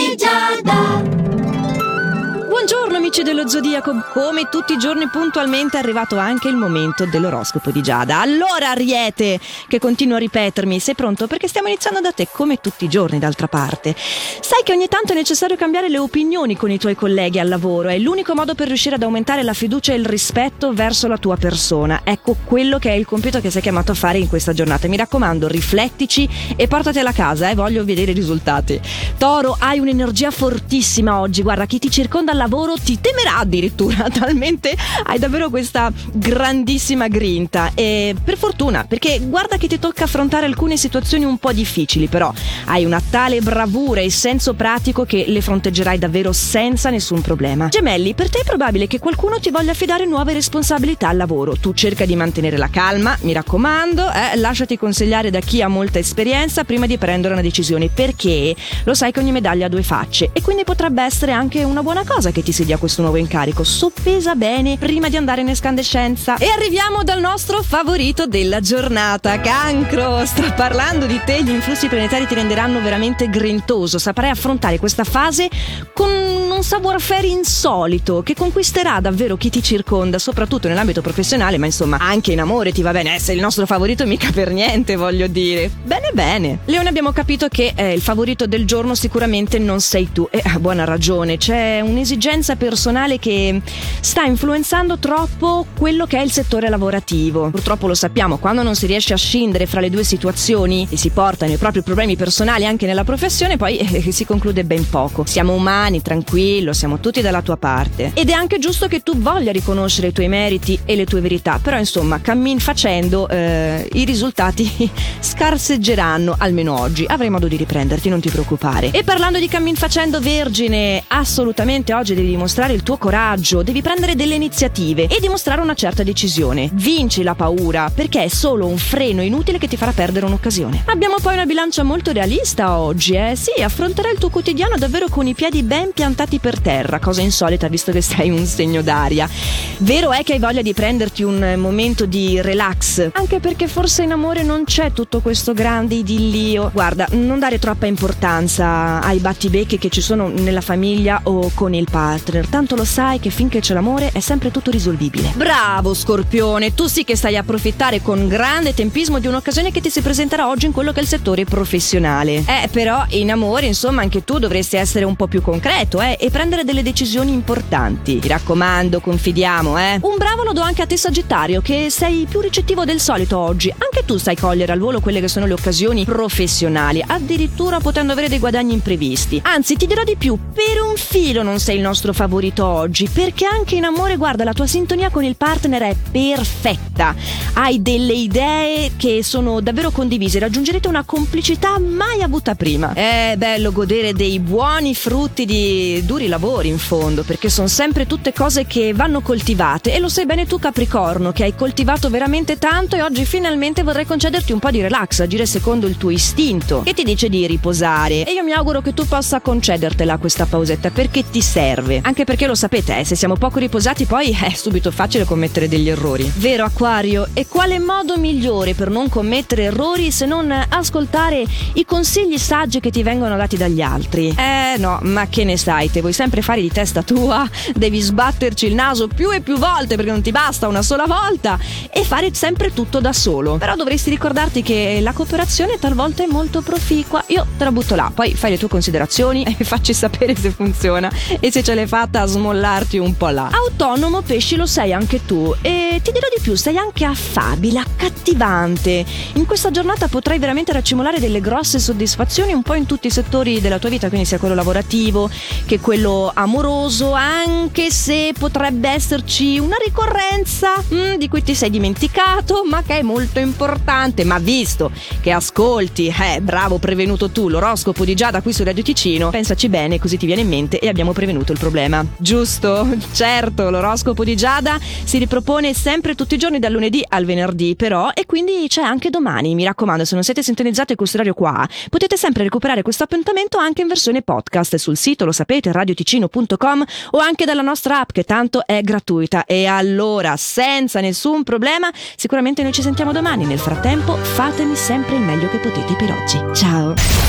di Giada. Buongiorno amici dello Zodiaco, come tutti i giorni puntualmente è arrivato anche il momento dell'oroscopo di Giada. Allora Ariete, che continuo a ripetermi, sei pronto? Perché stiamo iniziando da te come tutti i giorni d'altra parte. Sai che ogni tanto è necessario cambiare le opinioni con i tuoi colleghi al lavoro, è l'unico modo per riuscire ad aumentare la fiducia e il rispetto verso la tua persona. Ecco quello che è il compito che sei chiamato a fare in questa giornata. Mi raccomando, riflettici e portatela a casa, voglio vedere i risultati. Toro, hai un'energia fortissima oggi, guarda, chi ti circonda al lavoro ti temerà addirittura, talmente hai davvero questa grandissima grinta. E per fortuna, perché guarda che ti tocca affrontare alcune situazioni un po' difficili, però hai una tale bravura e senso pratico che le fronteggerai davvero senza nessun problema. Gemelli, per te è probabile che qualcuno ti voglia affidare nuove responsabilità al lavoro. Tu cerca di mantenere la calma, mi raccomando, lasciati consigliare da chi ha molta esperienza prima di prendere una decisione, perché lo sai che ogni medaglia ha due facce e quindi potrebbe essere anche una buona cosa che ti si dia questo nuovo incarico. Soppesa bene prima di andare in escandescenza. E arriviamo dal nostro favorito della giornata, Cancro. Sto parlando di te, gli influssi planetari ti renderanno veramente grintoso, saprai affrontare questa fase con un savoir-faire insolito che conquisterà davvero chi ti circonda, soprattutto nell'ambito professionale, ma insomma anche in amore ti va bene. Sei il nostro favorito mica per niente, voglio dire. Bene. Leone, abbiamo capito che il favorito del giorno sicuramente non sei tu, e a buona ragione. C'è un'esigenza personale che sta influenzando troppo quello che è il settore lavorativo. Purtroppo lo sappiamo, quando non si riesce a scindere fra le due situazioni e si portano i propri problemi personali anche nella professione, poi si conclude ben poco. Siamo umani, tranquillo, siamo tutti dalla tua parte. Ed è anche giusto che tu voglia riconoscere i tuoi meriti e le tue verità, però insomma, cammin facendo, i risultati scarseggeranno, almeno oggi. Avrai modo di riprenderti, non ti preoccupare. E parlando di cammin facendo, Vergine, assolutamente oggi devi dimostrare il tuo coraggio, devi prendere delle iniziative e dimostrare una certa decisione. Vinci la paura, perché è solo un freno inutile che ti farà perdere un'occasione. Abbiamo poi una bilancia molto realista oggi, Sì, affronterai il tuo quotidiano davvero con i piedi ben piantati per terra, cosa insolita visto che sei un segno d'aria. Vero è che hai voglia di prenderti un momento di relax, anche perché forse in amore non c'è tutto questo grande idillio. Guarda, non dare troppa importanza ai battibecchi che ci sono nella famiglia o con il partner, tanto lo sai che finché c'è l'amore è sempre tutto risolvibile. Bravo Scorpione, tu sì che stai a approfittare con grande tempismo di un'occasione che ti si presenterà oggi in quello che è il settore professionale. Però in amore insomma anche tu dovresti essere un po' più concreto e prendere delle decisioni importanti. Mi raccomando, confidiamo. Un bravo lo do anche a te Sagittario, che sei più ricettivo del solito oggi. Anche tu sai cogliere al volo quelle che sono le occasioni professionali, addirittura potendo avere dei guadagni imprevisti. Anzi, ti dirò di più, per un filo non sei il nostro favorito oggi, perché anche in amore, guarda, la tua sintonia con il partner è perfetta. Hai delle idee che sono davvero condivise, raggiungerete una complicità mai avuta prima. È bello godere dei buoni frutti di duri lavori in fondo, perché sono sempre tutte cose che vanno coltivate, e lo sai bene tu Capricorno, che hai coltivato veramente tanto e oggi finalmente vorrei concederti un po' di relax, agire secondo il tuo istinto che ti dice di riposare, e io mi auguro che tu possa concedertela questa pausetta, perché ti serve, anche perché lo sapete, se siamo poco riposati poi è subito facile commettere degli errori. Vero Acquario? E quale modo migliore per non commettere errori se non ascoltare i consigli saggi che ti vengono dati dagli altri? No, ma che ne sai, te vuoi sempre fare di testa tua, devi sbatterci il naso più e più volte perché non ti basta una sola volta e fare sempre tutto da solo. Però dovresti ricordarti che la cooperazione talvolta è molto proficua. Io te la butto là, poi fai le tue considerazioni e facci sapere se funziona e se ce l'hai fatta a smollarti un po' là. Autonomo Pesci lo sei anche tu, e ti dirò di più, sei anche affabile, accattivante. In questa giornata potrai veramente raccimolare delle grosse soddisfazioni un po' in tutti i settori della tua vita, quindi sia quello lavorativo che quello amoroso, anche se potrebbe esserci una ricorrenza di cui ti sei dimenticato ma che è molto importante. Ma visto che ascolti, bravo prevenuto tu, l'oroscopo di Giada qui su Radio Ticino, pensaci bene così ti viene in mente e abbiamo prevenuto il problema, giusto? Certo, l'oroscopo di Giada si ripropone sempre tutti i giorni dal lunedì al venerdì però, e quindi c'è anche domani. Mi raccomando, se non siete sintonizzati a questo orario qua potete sempre recuperare questo appuntamento anche in versione podcast sul sito, lo sapete, radioticino.com, o anche dalla nostra app che tanto è gratuita. E allora, senza nessun problema, sicuramente noi ci sentiamo domani. Nel frattempo fatemi sempre il meglio che potete per oggi. Ciao!